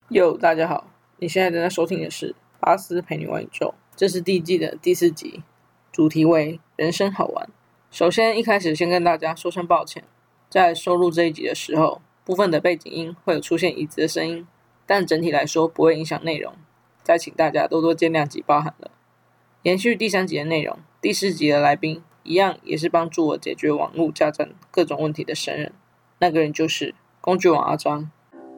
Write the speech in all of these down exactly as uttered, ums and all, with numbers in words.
哟，大家好，你现在正在收听的是巴斯陪你玩宇宙，这是第一季的第四集，主题为人生好玩。首先一开始先跟大家说声抱歉，在收录这一集的时候，部分的背景音会有出现椅子的声音，但整体来说不会影响内容，再请大家多多见谅及包涵了。延续第三集的内容，第四集的来宾一样也是帮助我解决网络架站各种问题的神人，那个人就是工具王阿张。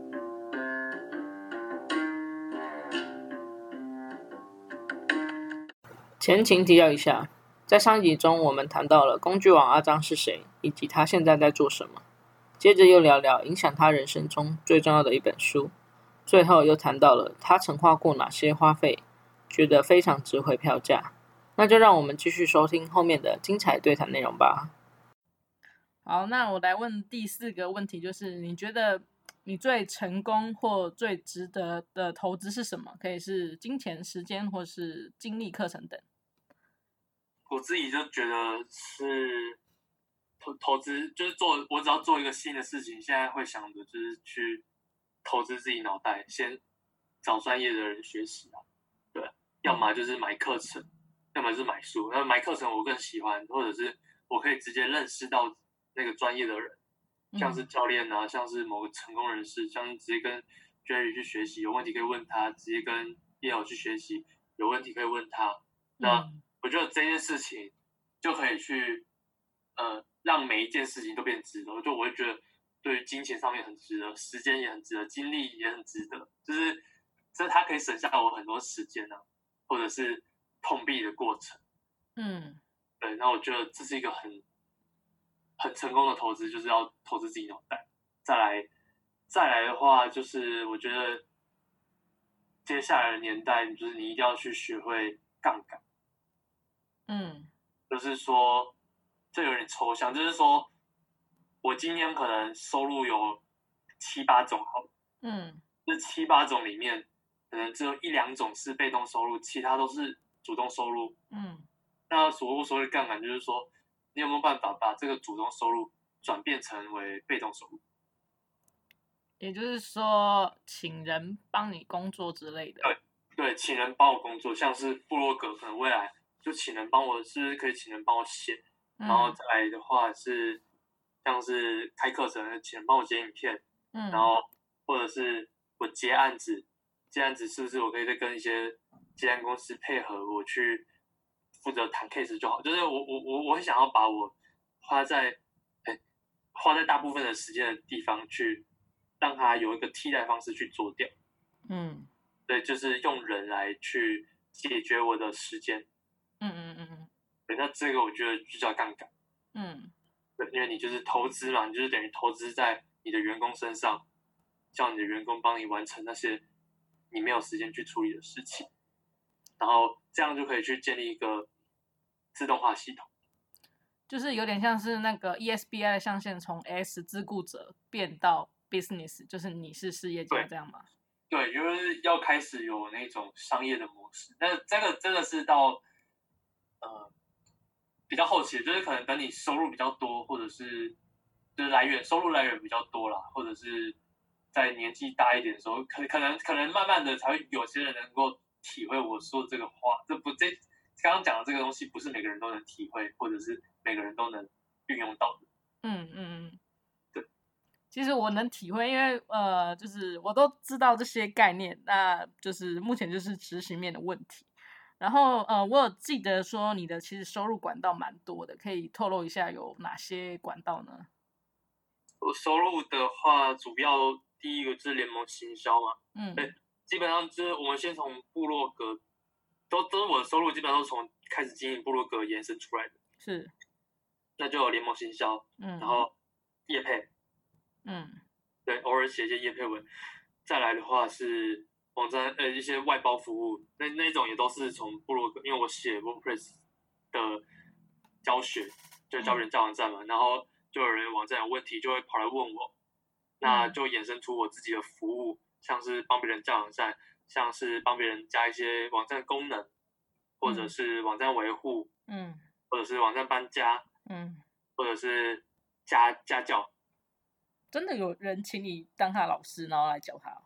前情提要一下，在上一集中我们谈到了工具王阿张是谁，以及他现在在做什么。接着又聊聊影响他人生中最重要的一本书，最后又谈到了他曾花过哪些花费，觉得非常值回票价。那就让我们继续收听后面的精彩对谈内容吧。好，那我来问第四个问题，就是你觉得你最成功或最值得的投资是什么？可以是金钱、时间，或是精力、课程等。 我自己就觉得是投投资，就是做我只要做一个新的事情，现在会想着就是去投资自己脑袋，先找专业的人学习啊，对，要么就是买课程，要么就是买书。那买课程我更喜欢，或者是我可以直接认识到那个专业的人，像是教练啊，像是某个成功人士，像是直接跟 Jerry 去学习，有问题可以问他，直接跟叶友去学习，有问题可以问他。那、嗯我觉得这件事情就可以去呃让每一件事情都变值得，就我会觉得对于金钱上面很值得，时间也很值得，精力也很值得，就是这它可以省下我很多时间啊，或者是碰壁的过程。 嗯， 对，那我觉得这是一个很很成功的投资，就是要投资自己脑袋。再来再来的话，就是我觉得接下来的年代，就是你一定要去学会杠杆。 嗯， 就是说，这有点抽象，就是说我今天可能收入有七八种好了， 嗯， 这七八种里面，可能只有一两种是被动收入，其他都是主动收入。 嗯， 那所谓所谓的杠杆，就是说，你有没有办法把这个主动收入转变成为被动收入？ 也就是说，请人帮你工作之类的。 对对，请人帮我工作，像是部落格，可能未来就请人帮我，是不是可以请人帮我写？ 嗯、 然后再来的话是像是开课程，请人帮我剪影片， 嗯， 然后或者是我接案子，接案子是不是我可以再跟一些接案公司配合，我去负责谈 case 就好？就是我我我我会想要把我花在哎花在大部分的时间的地方去，让它有一个替代方式去做掉。 嗯， 对，就是用人来去解决我的时间。 嗯嗯嗯嗯， 对，那这个我觉得就叫杠杆。 嗯， 对，因为你就是投资嘛，你就是等于投资在你的员工身上，叫你的员工帮你完成那些你没有时间去处理的事情，然后这样就可以去建立一个自动化系统。 就是有点像是那个 E S B I 的象限从 S 自雇者变到 business， 就是你是事业家这样吗？ 对，就是要开始有那种商业的模式。那这个真的是到呃比较后期，就是可能等你收入比较多，或者是就是来源收入来源比较多啦，或者是在年纪大一点的时候，可可能可能慢慢的才会有些人能够体会我说这个话。这不这刚刚讲的这个东西，不是每个人都能体会，或者是每个人都能运用到的。 嗯嗯嗯， 对。 其实我能体会，因为呃，就是我都知道这些概念，那就是目前就是执行面的问题。然后呃，我有记得说你的其实收入管道蛮多的，可以透露一下有哪些管道呢？ 我收入的话，主要第一个是联盟行销嘛， 嗯， 对，基本上就是我们先从部落格，都都是我的收入，基本上都是从开始经营部落格延伸出来的。 是， 那就有联盟行销， 嗯， 然后业配， 嗯， 对，偶尔写一些业配文。再来的话是网站呃一些外包服务，那那种也都是从部落格，因为我写 WordPress 的教学，就教人教网站嘛，然后就有人网站有问题就会跑来问我，那就衍生出我自己的服务，像是帮别人教网站，像是帮别人加一些网站功能，或者是网站维护， 嗯， 或者是网站搬家， 嗯， 或者是家家教。 真的有人请你当他老师，然后来教他？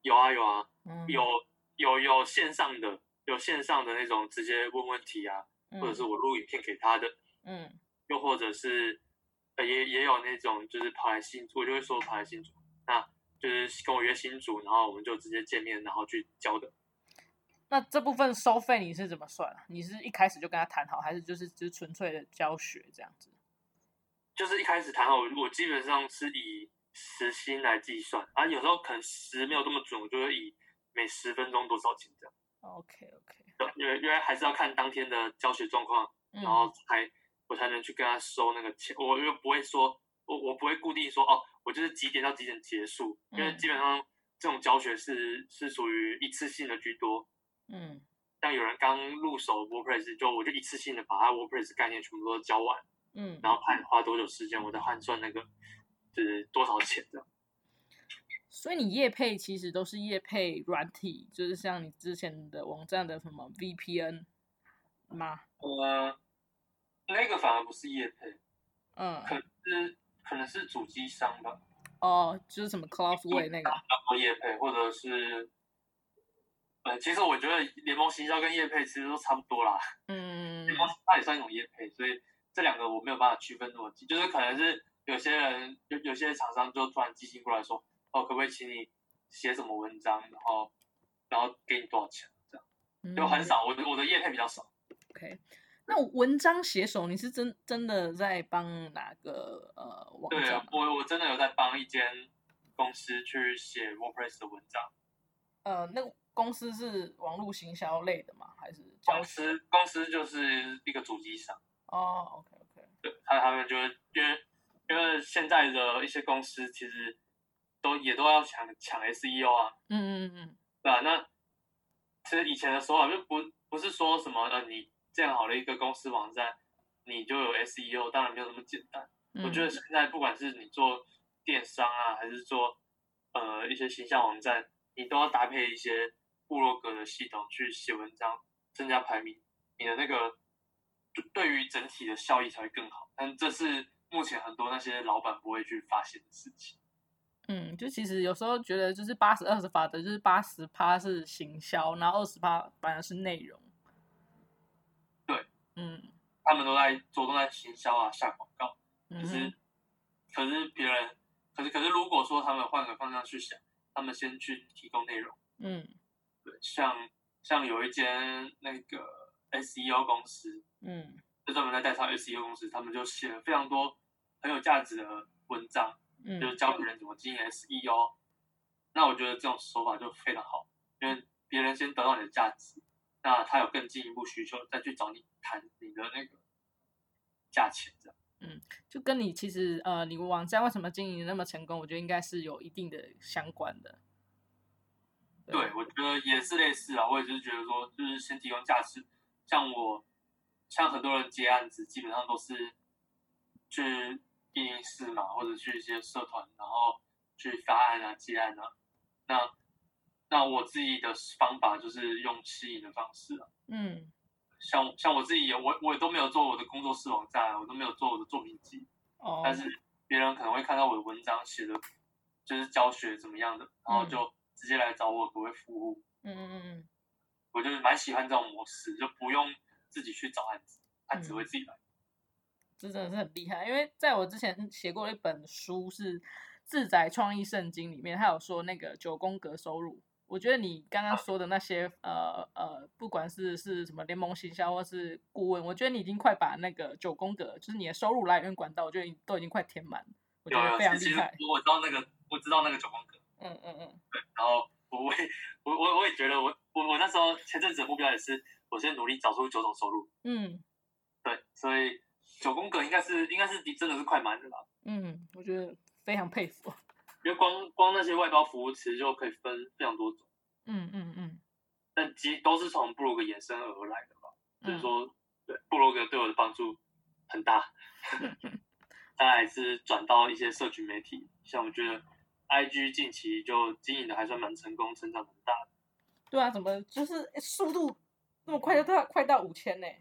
有啊有啊， 嗯， 有有有线上的，有线上的那种直接问问题啊， 嗯或者是我录影片给他的， 嗯又或者是呃也也有那种就是跑来新竹，我就会说跑来新竹，那就是跟我约新竹，然后我们就直接见面，然后去教的。 那这部分收费你是怎么算啊？你是一开始就跟他谈好，还是就是只是纯粹的教学这样子？ 就是一开始谈好，我基本上是以时薪来计算啊，有时候可能时没有这么准，我就会以每十分钟多少钱这样。 OK OK， 对，因为因为还是要看当天的教学状况， 嗯然后才我才能去跟他收那个钱。我又不会说，我我不会固定说哦，我就是几点到几点结束，因为嗯基本上这种教学是是属于一次性的居多。 嗯像有人刚入手 WordPress，就我就一次性的把他 WordPress 概念全部都教完， 嗯， 然后看花多久时间，我再换算那个就是多少钱这样。 所以你业配其实都是业配软体，就是像你之前的网站的什么 V P N 吗？ 呃，那个反而不是业配， 嗯， 可能是可能是主机商吧， 哦，就是什么 Cloudway 那个， 或业配，或者是呃，其实我觉得联盟行销跟业配其实都差不多啦。 嗯联盟行销也算一种业配，所以这两个我没有办法区分那么清，就是可能是有些人有有些厂商就突然寄信过来说，哦，可不可以请你写什么文章，然后然后给你多少钱，这样就很少。我我的业配比较少。 OK，那文章写手你是真真的在帮哪个呃网对站吗？ 我我真的有在帮一间公司去写 WordPress 的文章。 呃，那个公司是网络行销类的吗？还是公教学？ 司公司就是一个主机商， 哦，OK OK， 对，他他们就是因为因为现在的一些公司其实都也都要抢抢 S E O 啊， 嗯嗯嗯对吧、那其实以前的说法就不不是说什么呃你建好了一个公司网站，你就有 S E O，当然没有那么简单。 嗯， 我觉得现在不管是你做电商啊，还是做呃一些形象网站，你都要搭配一些部落格的系统去写文章，增加排名，你的那个对于整体的效益才会更好。但这是目前很多那些老板不会去发现的事情。 嗯，就其实有时候觉得就是八十二十法则，就是八十趴是行销，然后二十趴反而是内容。 对， 嗯他们都在着重在行销啊，下广告， 嗯可是哼可是别人，可是可是如果说他们换个方向去想，他们先去提供内容， 嗯对，像像有一间那个 S E O 公司， 嗯就专门在代操 S E O 公司，他们就写了非常多很有价值的文章，就是嗯教别人怎么经营 S E O。那我觉得这种手法就非常好，因为别人先得到你的价值，那他有更进一步需求，再去找你谈你的那个价钱，这样。 嗯，就跟你其实呃，你网站为什么经营那么成功，我觉得应该是有一定的相关的。 对，我觉得也是类似啊。我也是觉得说，就是先提供价值。像我，像很多人接案子，基本上都是去一零四嘛，或者去一些社团，然后去发案啊、接案啊。那那我自己的方法就是用吸引的方式啊。 嗯像像我自己也，我我也都没有做我的工作室网站啊，我都没有做我的作品集， 哦， 但是别人可能会看到我的文章写的，就是教学怎么样的，然后就直接来找我，可不可以服务？ 嗯嗯嗯嗯， 我就是蛮喜欢这种模式，就不用自己去找案子，案子会自己来。 这真的是很厉害，因为在我之前写过一本书是《自在创意圣经》里面，它有说那个九宫格收入。我觉得你刚刚说的那些呃呃，不管是是什么联盟行销或是顾问，我觉得你已经快把那个九宫格，就是你的收入来源管道，我觉得都已经快填满，我觉得非常厉害。 其实我知道那个，我知道那个九宫格。 嗯嗯嗯。 对，然后我也我我我也觉得我我我那时候前阵子的目标也是，我先努力找出九种收入。 嗯。 对，所以九宫格应该是应该是真的是快满的啦。 嗯，我觉得非常佩服。 因为光光那些外包服务其实就可以分非常多种。 嗯嗯嗯。 但其实都是从部落格衍生而来的吧。 嗯、 就是说，对部落格对我的帮助很大。再来是转到一些社群媒体，像我觉得 I G 近期就经营的还算蛮成功，成长蛮大的。 对啊，怎么就是速度那么快就到快到五千呢？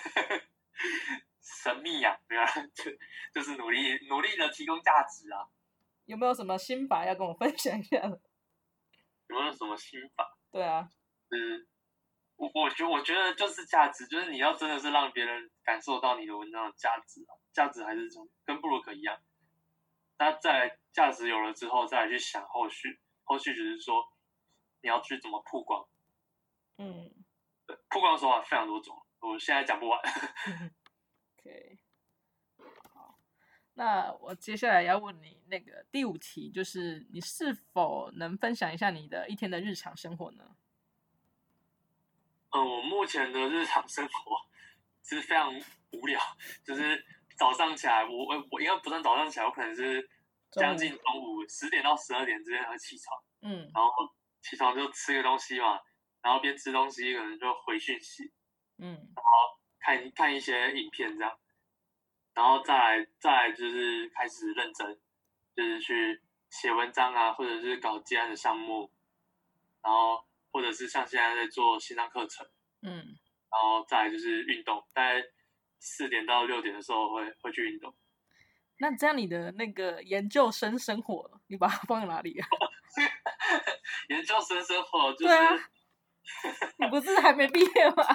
神秘呀、啊，对啊，就就是努力努力的提供价值啊。 有没有什么心法要跟我分享一下的？ 有没有什么心法？ 对啊， 嗯，我我觉得我觉得就是价值，就是你要真的是让别人感受到你的文章的价值啊，价值还是从跟布洛克一样。那再来价值有了之后，再来去想后续，后续只是说你要去怎么曝光。 嗯， 对，曝光手法非常多种，我现在讲不完。 OK， 好，那我接下来要问你那个第五题，就是你是否能分享一下你的一天的日常生活呢？ 嗯，我目前的日常生活是非常无聊，就是早上起来，我我我应该不算早上起来，我可能是将近中午十点到十二点之间会起床， 嗯， 然后起床就吃个东西嘛，然后边吃东西可能就回讯息， 嗯， 然后看看一些影片这样，然后再来再来就是开始认真，就是去写文章啊，或者是搞接案的项目，然后或者是像现在在做线上课程， 嗯， 然后再来就是运动，大概四点到六点的时候会会去运动。 那这样你的那个研究生生活，你把它放在哪里啊？ 研究生生活就是， 对啊，你不是还没毕业吗？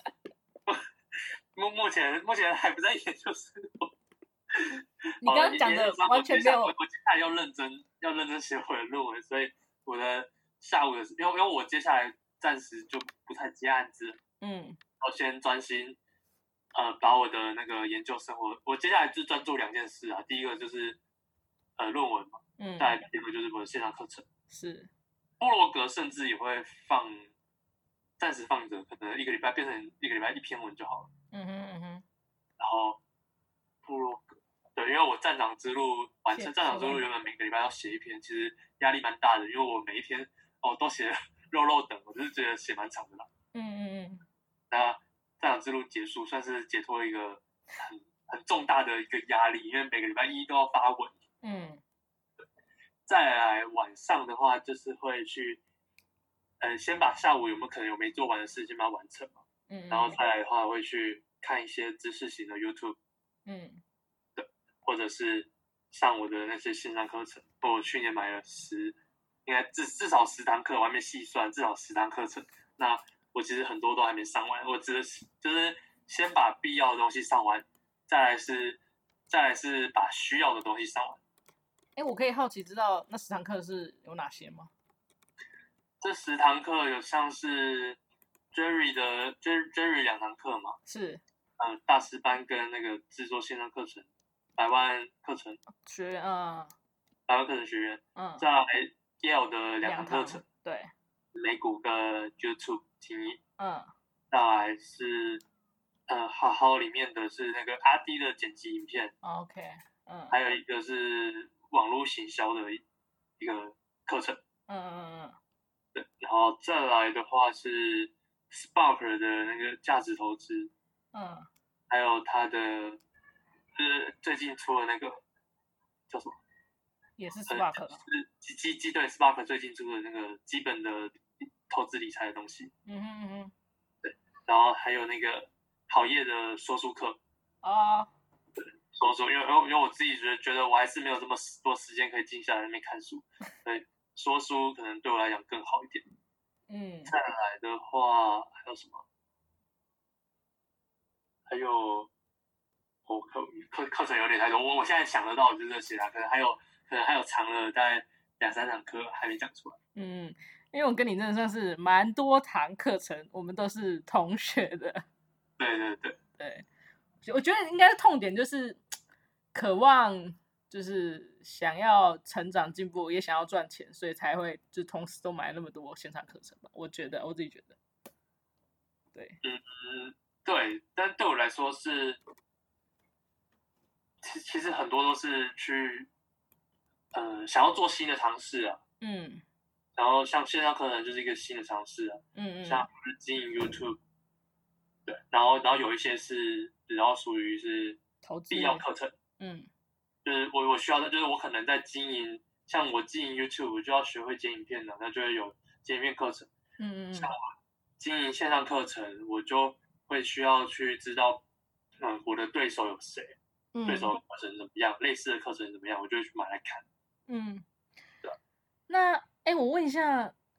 目目前目前还不在研究生活。 你刚刚讲的完全没有。 我我接下来要认真要认真写我的论文，所以我的下午的，因为因为我接下来暂时就不太接案子， 嗯， 我先专心呃把我的那个研究生活，我接下来就专注两件事啊，第一个就是呃论文嘛，嗯，再来第二个就是我的线上课程， 是部落格甚至也会放，暂时放着，可能一个礼拜变成一个礼拜一篇文就好了，嗯哼嗯哼，然后部落格。对，因为我站长之路完成，站长之路原本每个礼拜要写一篇，其实压力蛮大的，因为我每一天哦都写肉肉等，我就是觉得写蛮长的啦。嗯嗯嗯。那站长之路结束，算是解脱一个很很重大的一个压力，因为每个礼拜一都要发文。嗯。再来晚上的话，就是会去，呃，先把下午有没有可能有没做完的事先把它完成嘛。嗯。然后再来的话，会去看一些知识型的 YouTube。嗯。或者是上我的那些线上课程，我去年买了十，应该至至少十堂课，我还没细算，至少十堂课程。那我其实很多都还没上完，我只是就是先把必要的东西上完，再来是再来是把需要的东西上完。 哎，我可以好奇知道那十堂课是有哪些吗？ 这十堂课有像是 Jerry 的 Jerry 两堂课嘛？ 是， 嗯，大师班跟那个制作线上课程。百万课程学院，嗯， 百万课程学院，嗯，再来 Yale 的两堂课程， 对， 美股跟 YouTube 听音， 嗯， 再来是呃好好里面的是那个阿 D 的剪辑影片 ，OK， 嗯， 还有一个是网络行销的一个课程，嗯嗯嗯，对，然后再来的话是 Spark 的那个价值投资，嗯，还有他的。就是最近出了那个叫什么？ 也是 Spark，、呃、 是基基基对 Spark 最近出的那个基本的投资理财的东西。嗯哼嗯哼。对，然后还有那个好业的说书课。啊。对，说书，因为因为我自己觉得觉得我还是没有这么多时间可以静下来那边看书，所以说书可能对我来讲更好一点。嗯。再来的话还有什么？还有。我课课课程有点太多，我我现在想得到就是这些啦，可能还有可能还有长了大概两三堂课还没讲出来。 嗯，因为我跟你真的算是蛮多堂课程，我们都是同学的。 对对对对，我觉得应该痛点就是渴望，就是想要成长进步，也想要赚钱，所以才会就同时都买那么多线上课程吧。我觉得我自己觉得，对， 嗯嗯对，但对我来说是。其其实很多都是去，呃，想要做新的尝试啊。嗯。然后像线上课程就是一个新的尝试啊。嗯嗯。像经营 YouTube， 对，然后然后有一些是比较属于是必要课程。嗯。就是我我需要的，就是我可能在经营，像我经营 YouTube， 我就要学会剪影片的，那就会有剪影片课程。嗯嗯。像我经营线上课程，我就会需要去知道，嗯，我的对手有谁。对手课程怎么样？类似的课程怎么样？我就会去买来看。 嗯，对。那哎，我问一下，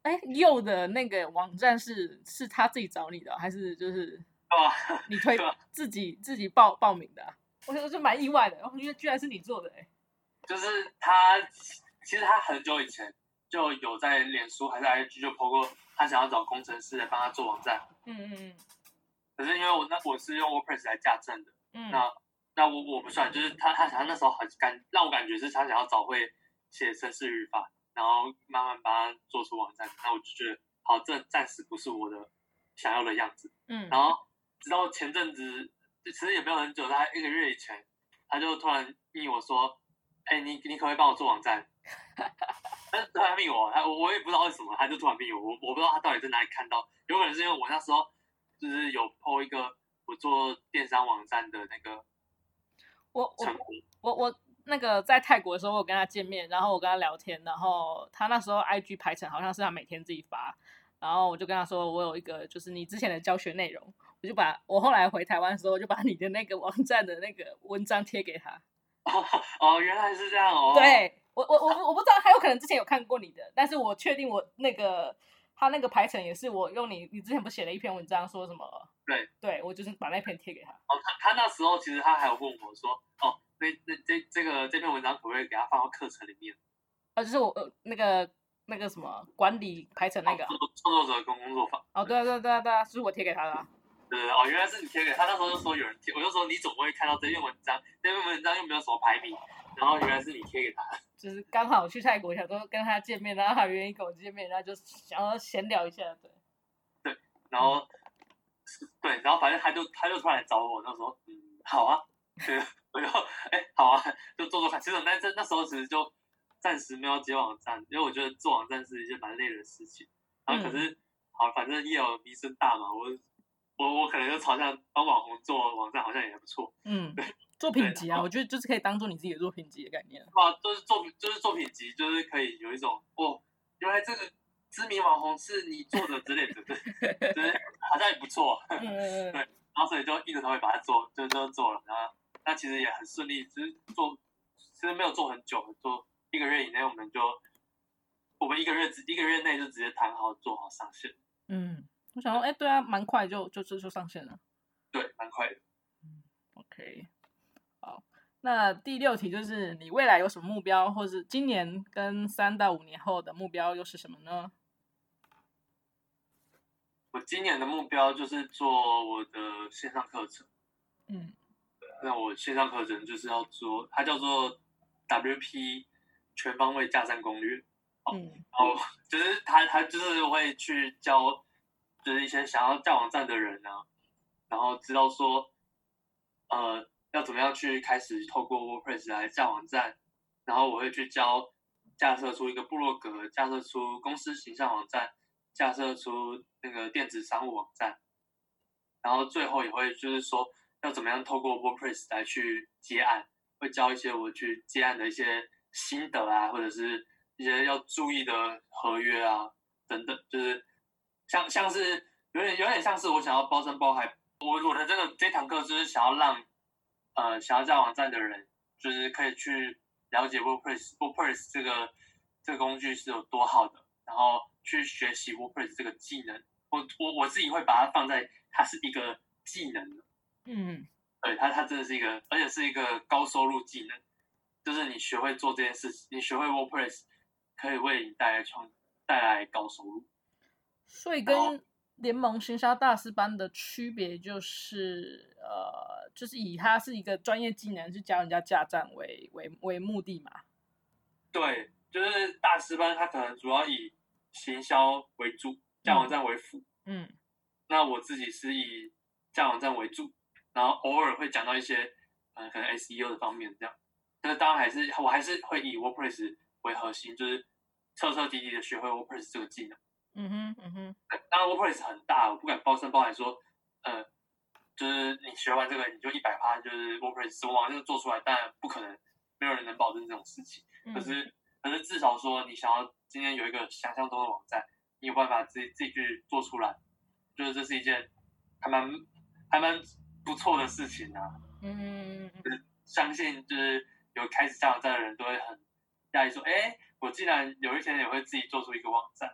哎，右的那个网站是是他自己找你的，还是就是你推自己自己报报名的、啊？我我就蛮意外的，因为居然是你做的哎、欸。 就是他，其实他很久以前就有在脸书还是 I G 就 po 过，他想要找工程师来帮他做网站。 嗯嗯嗯。 可是因为我那我是用 WordPress 来架站的， 嗯， 那那我我不算，就是他他想要那时候很感让我感觉是他想要找会写程式语法，然后慢慢把它做出网站。那我就觉得好，这暂时不是我的想要的样子。 嗯， 然后直到前阵子，其实也没有很久，大概一个月以前，他就突然密我说：“哎、欸，你你可不可以帮我做网站？”他突然密我，他我也不知道为什么，他就突然密我，我我不知道他到底在哪里看到，有可能是因为我那时候就是有 po 一个我做电商网站的那个我我我我那个在泰国的时候，我跟他见面，然后我跟他聊天，然后他那时候 I G 排程好像是他每天自己发，然后我就跟他说，我有一个就是你之前的教学内容，我就把我后来回台湾的时候，我就把你的那个网站的那个文章贴给他。 哦哦，原来是这样哦。 对，我我我我不知道他有可能之前有看过你的，但是我确定我那个他那个排程也是我用你，你之前不写了一篇文章说什么？ 对， 对我就是把那篇贴给他。 哦，他他那时候其实他还有问我说，哦，那那这这个这篇文章可不可以给他放到课程里面？ 哦，就是我呃那个那个什么管理排程那个创作者跟工作坊。 哦，对啊对啊对啊对啊，就是我贴给他的、啊。 对对哦，原来是你贴给他。那时候就说有人贴，我就说你怎么会看到这篇文章？这篇文章又没有什么排名，然后原来是你贴给他。 就是刚好去泰国，想说跟他见面，然后他愿意跟我见面，然后就想要闲聊一下，对。 对，然后、嗯、对，然后反正他就他就突然来找我，那时候嗯好啊，对，我就哎、欸、好啊，就做做看。其实那那时候其实就暂时没有接网站，因为我觉得做网站是一件蛮累人的事情。然后可是、嗯、好，反正业有名声大嘛，我。我我可能就朝向帮网红做网站，好像也还不错。 嗯，作品集啊，我觉得就是可以当做你自己的作品集的概念。 哇，就是作品，就是作品集，就是可以有一种哦，原来这个知名网红是你做的之类的，对，就是好像也不错。嗯嗯对，然后所以就硬着头皮把它做，就就做了。然后那其实也很顺利，只是做其实没有做很久，做一个月以内我们就我们一个月一个月内就直接谈好做好上线。 嗯。我想说，哎，对啊，蛮快就就就就上线了。 对，蛮快的。 嗯 ，OK， 好，那第六题就是你未来有什么目标，或是今年跟三到五年后的目标又是什么呢？ 我今年的目标就是做我的线上课程。嗯，那我线上课程就是要做，它叫做 W P 全方位架站攻略。嗯，然后就是他他就是会去教。就是一些想要架网站的人啊，然后知道说，呃，要怎么样去开始透过 WordPress 来架网站，然后我会去教架设出一个部落格，架设出公司形象网站，架设出那个电子商务网站，然后最后也会就是说要怎么样透过 WordPress 来去接案，会教一些我去接案的一些心得啊，或者是一些要注意的合约啊等等，就是。像像是有点有点像是我想要包山包海，我我的这个这堂课就是想要让呃想要架网站的人，就是可以去了解 WordPress WordPress 这个这个工具是有多好的，然后去学习 WordPress 这个技能。我我我自己会把它放在它是一个技能的，嗯，对它它真的是一个，而且是一个高收入技能，就是你学会做这件事情，你学会 WordPress 可以为你带来创带来高收入。 所以跟联盟行销大师班的区别就是，呃，就是以它是一个专业技能去教人家架站为为为目的嘛。 对，就是大师班，它可能主要以行销为主，架网站为辅。嗯。那我自己是以架网站为主，然后偶尔会讲到一些，呃，可能 S E O 的方面这样。但是当然还是我还是会以 WordPress 为核心，就是彻彻底底的学会 WordPress 这个技能。嗯哼，嗯哼，当然 WordPress 很大，我不敢包山包海说，呃，就是你学完这个你就一百趴，就是 WordPress 什么网站做出来，当然不可能，没有人能保证这种事情。嗯、可是，可是至少说，你想要今天有一个想象中的网站，你有办法自己自己去做出来，就是这是一件还蛮还蛮不错的事情啊。嗯，就是相信就是有开始架网站的人都会很讶异说，哎，我竟然有一天也会自己做出一个网站。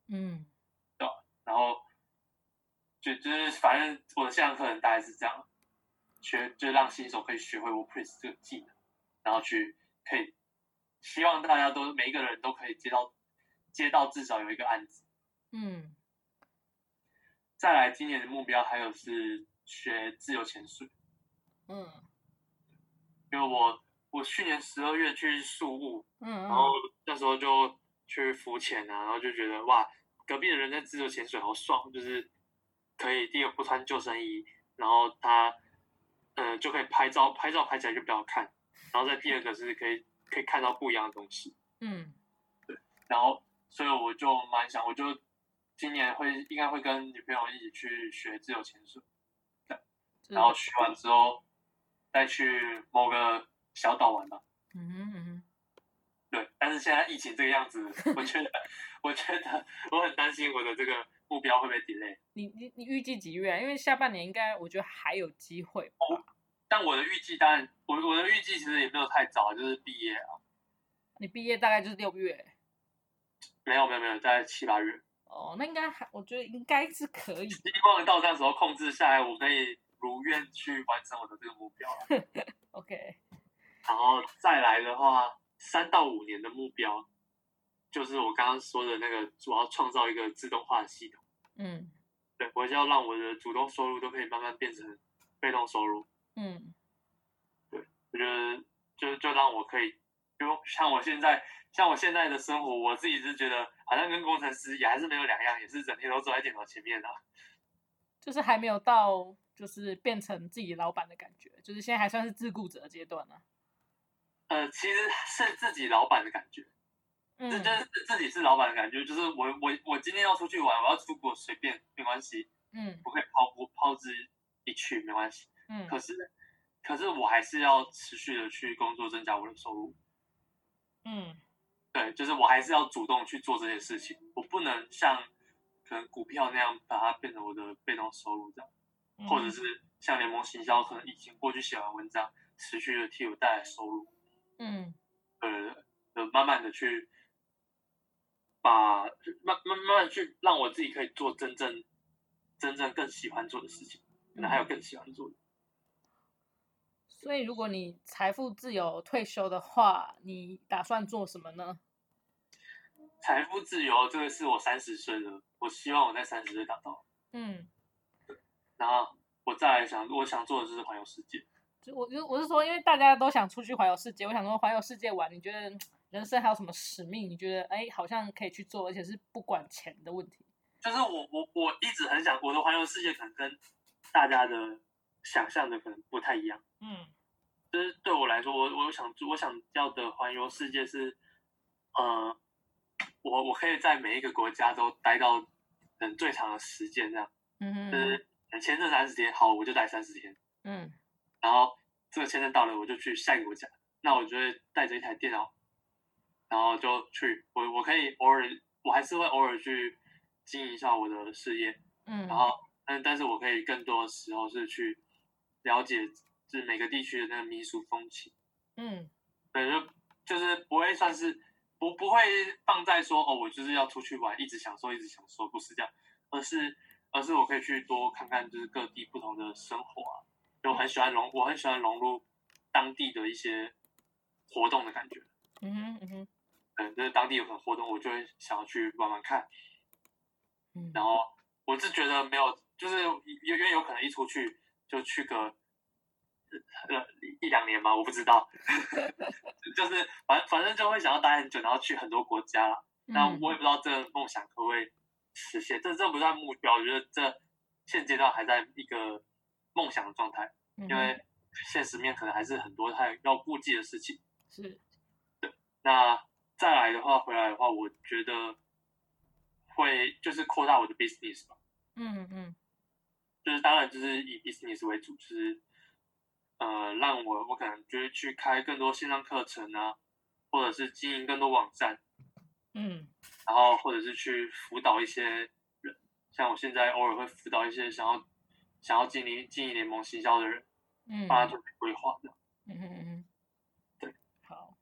嗯， 对吧？然后就就是反正我的线上课程大概是这样，学就让新手可以学会 WordPress 这个技能，然后去可以希望大家都每一个人都可以接到接到至少有一个案子。 嗯， 再来，今年的目标还有是学自由潜水。 嗯， 因为我我去年十二月去宿务， 嗯， 然后那时候就去浮潜啊，然后就觉得哇，隔壁的人在自由潜水好爽，就是可以第一个不穿救生衣，然后他嗯、呃就可以拍照，拍照拍起来就比较好看，然后再第二个是可以可以看到不一样的东西， 嗯， 然后所以我就蛮想，我就今年会应该会跟女朋友一起去学自由潜水，然后学完之后再去某个小岛玩吧。 嗯哼嗯哼， 对，但是现在疫情这个样子，我觉得，我觉得我很担心我的这个目标会被 delay。 你你你预计几月啊？因为下半年应该我觉得还有机会吧。 但我的预计当然，我我的预计其实也没有太早，就是毕业啊， 你毕业大概就是六月。 没有没有没有，在七八月。 哦，那应该还，我觉得应该是可以。 希望到那时候控制下来，我可以如愿去完成我的这个目标了。 OK， 然后再来的话，三到五年的目标，就是我刚刚说的那个，我要创造一个自动化的系统。 嗯对，我就要让我的主动收入都可以慢慢变成被动收入。 嗯我觉得就就让我可以，就像我现在像我现在的生活，我自己是觉得好像跟工程师也还是没有两样，也是整天都坐在电脑前面啊。 就是还没有到就是变成自己老板的感觉，就是现在还算是自雇者的阶段呢、 呃，其实是自己老板的感觉， 嗯这就是自己是老板的感觉，就是我我我今天要出去玩，我要出国随便没关系， 嗯我可以抛抛抛之一去没关系。 嗯可是可是我还是要持续的去工作，增加我的收入。 嗯对，就是我还是要主动去做这些事情，我不能像可能股票那样把它变成我的被动收入这样， 嗯， 或者是像联盟行销，可能以前过去写完文章，持续的替我带来收入， 嗯呃，呃，慢慢的去把慢慢慢慢去让我自己可以做真正真正更喜欢做的事情，可能还有更喜欢做的。 所以如果你财富自由退休的话，你打算做什么呢？ 财富自由，这个是我三十岁的，我希望我在三十岁达到。 嗯， 然后我再来想，我想做的就是环游世界。 就我就我是说，因为大家都想出去环游世界，我想说环游世界玩，你觉得嗯人生还有什么使命？你觉得哎，好像可以去做，而且是不管钱的问题。 就是我我我一直很想，我的环游世界可能跟大家的想象的可能不太一样。 嗯就是对我来说，我我想我想要的环游世界是，呃，我我可以在每一个国家都待到嗯最长的时间，这样嗯哼就是签证三十天，好，我就待三十天， 嗯然后这个签证到了，我就去下一个国家，那我就会带着一台电脑，然后就去，我我可以偶尔，我还是会偶尔去经营一下我的事业， 嗯， 然后但但是我可以更多的时候是去了解，就是每个地区的那个民俗风情。 嗯对，就就是不会算是不不会放在说哦，我就是要出去玩，一直享受，一直享受，不是这样，而是而是我可以去多看看就是各地不同的生活啊，就我很喜欢融，我很喜欢融入当地的一些活动的感觉。 嗯哼嗯哼嗯，就是当地有什么活动，我就会想要去玩玩看。 嗯， 然后我是觉得没有，就是有因为有可能一出去就去个呃一两年嘛，我不知道，就是反反正就会想要待很久，然后去很多国家啦。那我也不知道这个梦想可不可以实现，这这不算目标，我觉得这现阶段还在一个梦想的状态， 嗯因为现实面可能还是很多太要顾忌的事情。 是那再来的话，回来的话，我觉得会就是扩大我的 business 吧， 嗯嗯就是当然就是以 business 为主，就是呃让我我可能就会去开更多线上课程啊，或者是经营更多网站， 嗯然后或者是去辅导一些人，像我现在偶尔会辅导一些想要想要经营经营联盟行销的人， 嗯帮他做规划的。 嗯嗯嗯， 对， 好。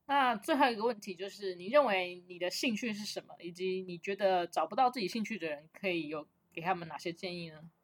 那最后一个问题就是，你认为你的兴趣是什么，以及你觉得找不到自己兴趣的人可以有给他们哪些建议呢？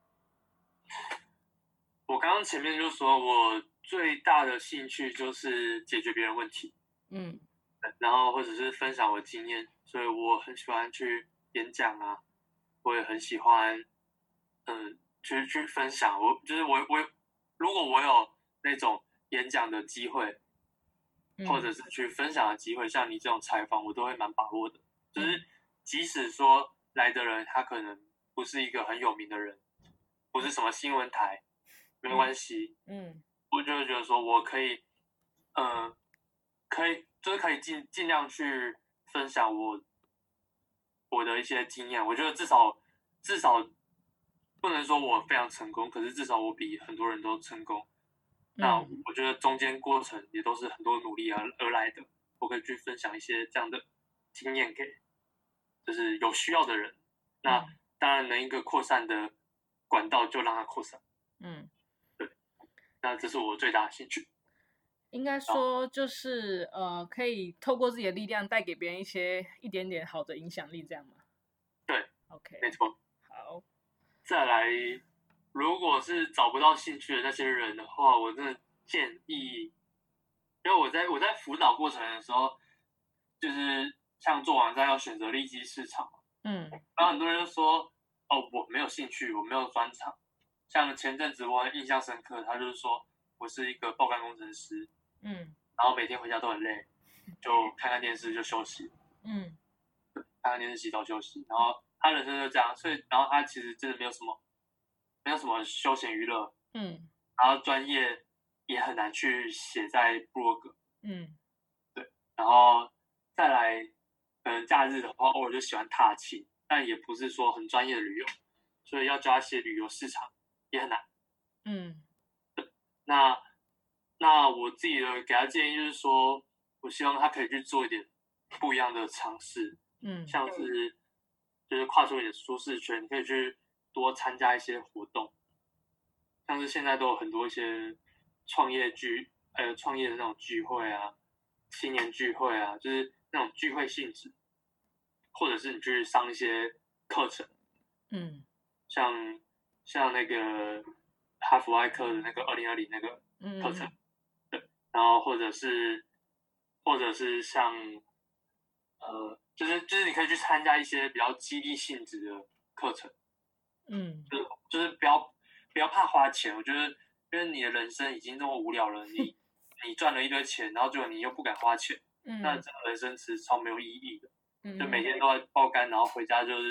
我刚刚前面就说我最大的兴趣就是解决别人问题， 嗯然后或者是分享我的经验，所以我很喜欢去演讲啊，我也很喜欢，嗯，去去分享。我就是我我如果我有那种演讲的机会，或者嗯是去分享的机会，像你这种采访，我都会蛮把握的。就是嗯即使说来的人他可能不是一个很有名的人，不是什么新闻台，没关系， 嗯我就会觉得说我可以，嗯、可以就是可以尽尽量去分享我我的一些经验。我觉得至少至少不能说我非常成功，可是至少我比很多人都成功。那嗯我觉得中间过程也都是很多努力而而来的，我可以去分享一些这样的经验给就是有需要的人。那嗯当然能一个扩散的管道就让它扩散。 嗯， 对，那这是我最大的兴趣。 应该说就是呃，可以透过自己的力量带给别人一些一点点好的影响力，这样吗对， ？OK， 没错。 好， 再来，如果是找不到兴趣的那些人的话，我真的建议，因为我在我在辅导过程的时候，就是像做网站要选择利基市场， 嗯然后很多人就说，哦，我没有兴趣，我没有专长。像前阵子我很印象深刻，他就是说我是一个报干工程师， 嗯然后每天回家都很累，就看看电视就休息， 嗯看看电视洗澡休息，然后他人生就这样，所以然后他其实真的没有什么没有什么休闲娱乐， 嗯然后专业也很难去写在部落格， 嗯然后再来，可能假日的话，偶尔就喜欢踏青，但也不是说很专业的旅游，所以要教他写旅游市场也很难。 嗯那那我自己的给他建议就是说，我希望他可以去做一点不一样的尝试， 嗯像是就是跨出你的舒适圈，你可以去多参加一些活动，像是现在都有很多一些创业聚，呃，创业的那种聚会啊，青年聚会啊，就是那种聚会性质，或者是你去上一些课程， 嗯像像那个哈佛艾克的那个二零二零那个课程， 嗯然后或者是或者是像呃，就是就是你可以去参加一些比较激励性质的课程， 嗯就是就是不要不要怕花钱，我觉得因为你的人生已经这么无聊了，你你赚了一堆钱，然后结果你又不敢花钱，那嗯这个人生其实超没有意义的，就每嗯天都在爆肝，然后回家就是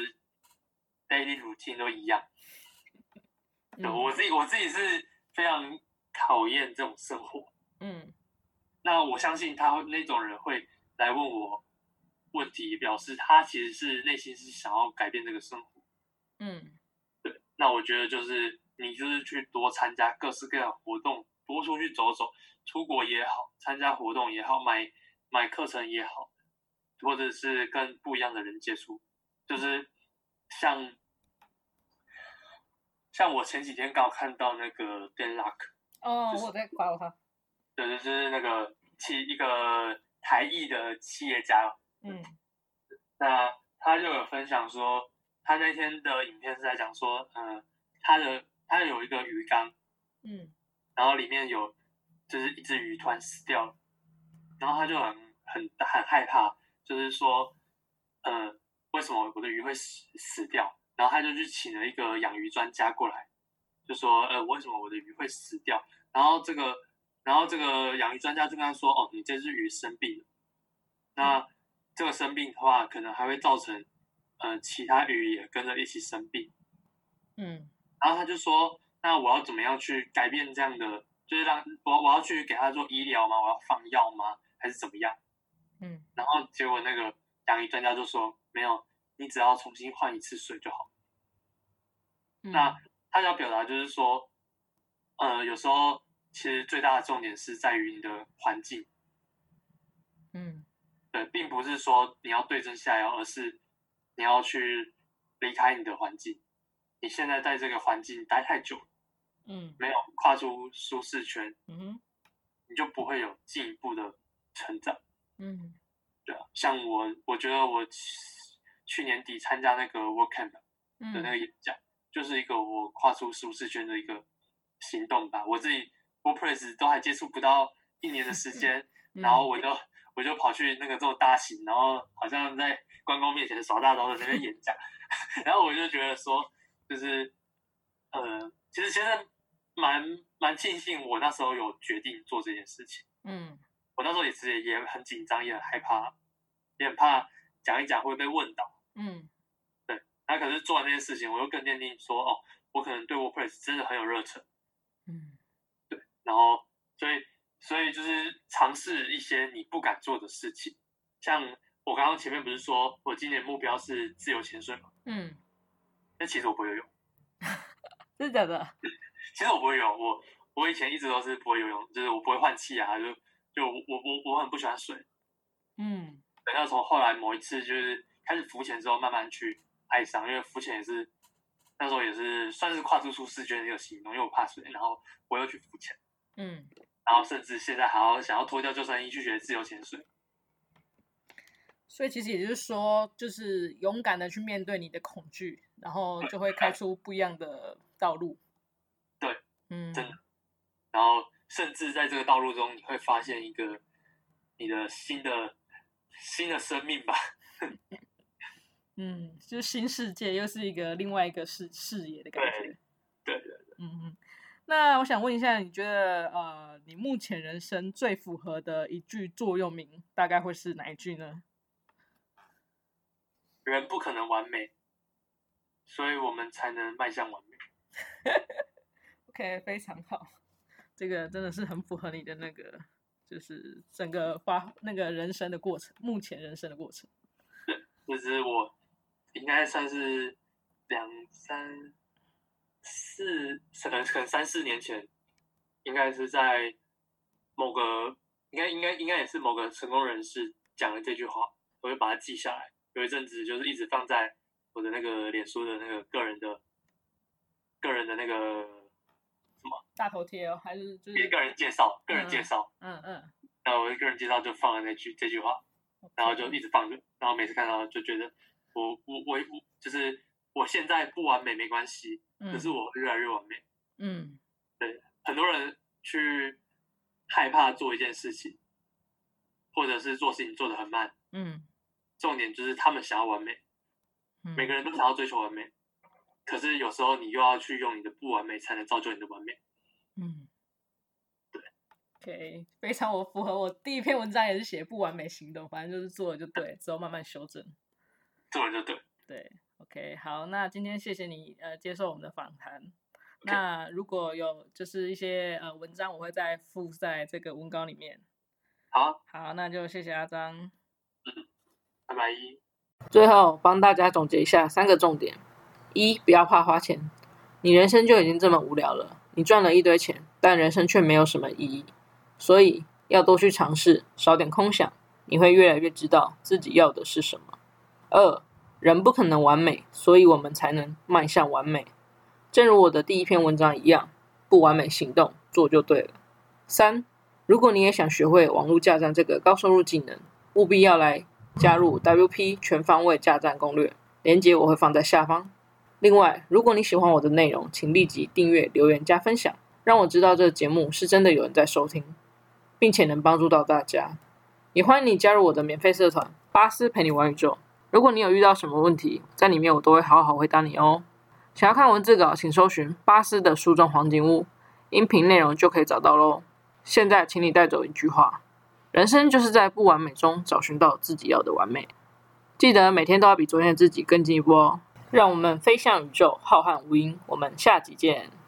daily routine 都一样。对， 嗯我自己我自己是非常讨厌这种生活。 嗯那我相信他会那种人会来问我问题，表示他其实是内心是想要改变这个生活。 嗯那我觉得就是你就是去多参加各式各样的活动，多出去走走，出国也好，参加活动也好，买买课程也好，或者是跟不一样的人接触，就是像像我前几天刚好看到那个 Dan Luck， 哦， 就是我在夸他， 对，就是那个企一个台裔的企业家， 嗯那他就有分享说，他那天的影片是在讲说，呃，他的他有一个鱼缸， 嗯然后里面有就是一只鱼突然死掉了，然后他就很很很害怕，就是说，呃，为什么我的鱼会死死掉？然后他就去请了一个养鱼专家过来，就说，呃，为什么我的鱼会死掉？然后这个，然后这个养鱼专家就跟他说，哦，你这只鱼生病了，那这个生病的话，可能还会造成，呃，其他鱼也跟着一起生病。 嗯然后他就说，那我要怎么样去改变这样的，就是让我我要去给他做医疗吗？我要放药吗？还是怎么样？ 嗯然后结果那个养鱼专家就说，没有，你只要重新换一次水就好。 嗯那他要表达就是说，呃，有时候其实最大的重点是在于你的环境， 嗯对，并不是说你要对症下药，而是你要去离开你的环境。你现在在这个环境待太久了， 嗯跨出舒适圈， 嗯哼你就不会有进一步的成长。 嗯， 对啊，像我我觉得我去年底参加那个 Work Camp 的那个演讲，嗯、就是一个我跨出舒适圈的一个行动吧。我自己 WordPress 都还接触不到一年的时间，嗯、然后我就我就跑去那个做大型，然后好像在关公面前耍大刀的那边演讲，然后我就觉得说，就是呃，其实现在蛮蛮庆幸我那时候有决定做这件事情。嗯，我那时候也是也很紧张，也很害怕，也很怕讲一讲会被问到。嗯，对。那可是做完这件事情，我又更坚定说，哦，我可能对 WordPress 真的很有热忱。嗯，对。然后，所以，所以就是尝试一些你不敢做的事情，像我刚刚前面不是说我今年目标是自由潜水吗？嗯，但其实我不会游泳。 是假的？ 其实我不会游泳，我我以前一直都是不会游泳，就是我不会换气啊，就就我我我很不喜欢水。嗯，等到从后来某一次就是开始浮潜之后，慢慢去爱上，因为浮潜也是那时候也是算是跨出舒适圈的一个行动，因为我怕水，然后我又去浮潜。嗯，然后甚至现在还要想要脱掉救生衣去学自由潜水。 所以其实也就是说，就是勇敢的去面对你的恐惧，然后就会开出不一样的道路。 对，嗯，真的。然后甚至在这个道路中，你会发现一个你的新的新的生命吧。 嗯，就是新世界，又是一个另外一个视视野的感觉。 对对对， 嗯嗯。那我想问一下，你觉得呃，你目前人生最符合的一句座右铭，大概会是哪一句呢？ 人不可能完美，所以我们才能迈向完美。 OK， 非常好，这个真的是很符合你的那个，就是整个发那个人生的过程，目前人生的过程。 对，就是我应该算是两三四，可能可能三四年前，应该是在某个，应该应该应该也是某个成功人士讲了这句话，我就把它记下来。有一阵子就是一直放在我的那个脸书的那个个人的个人的那个什么大头贴哦，还是就是个人介绍，个人介绍， 嗯嗯， 然后我的个人介绍就放了那句这句话，然后就一直放着，然后每次看到就觉得我我我我就是我现在不完美没关系，嗯、可是我越来越完美，嗯，对，很多人去害怕做一件事情，或者是做事情做得很慢，嗯。重点就是他们想要完美，嗯、每个人都想要追求完美，可是有时候你又要去用你的不完美才能造就你的完美。嗯，对。 OK， 非常我符合我第一篇文章也是写不完美行动，反正就是做了就对，之后慢慢修正。 做了就对。 对 ，OK， 好，那今天谢谢你呃接受我们的访谈。Okay. 那如果有就是一些呃文章，我会再附在这个文稿里面。 好， 好，那就谢谢阿璋。 嗯。拜拜。 最后帮大家总结一下三个重点：一，不要怕花钱，你人生就已经这么无聊了，你赚了一堆钱，但人生却没有什么意义，所以要多去尝试，少点空想，你会越来越知道自己要的是什么。二，人不可能完美，所以我们才能迈向完美。正如我的第一篇文章一样，不完美行动，做就对了。三，如果你也想学会网络架站这个高收入技能，务必要来加入 W P 全方位架站攻略，连结我会放在下方。另外，如果你喜欢我的内容，请立即订阅、留言加分享，让我知道这个节目是真的有人在收听，并且能帮助到大家。也欢迎你加入我的免费社团巴斯陪你玩宇宙。如果你有遇到什么问题，在里面我都会好好回答你哦。想要看文字稿，请搜寻巴斯的书中黄金屋，音频内容就可以找到咯。现在请你带走一句话：人生就是在不完美中找寻到自己要的完美。记得每天都要比昨天的自己更进一步哦。让我们飞向宇宙，浩瀚无垠。我们下集见。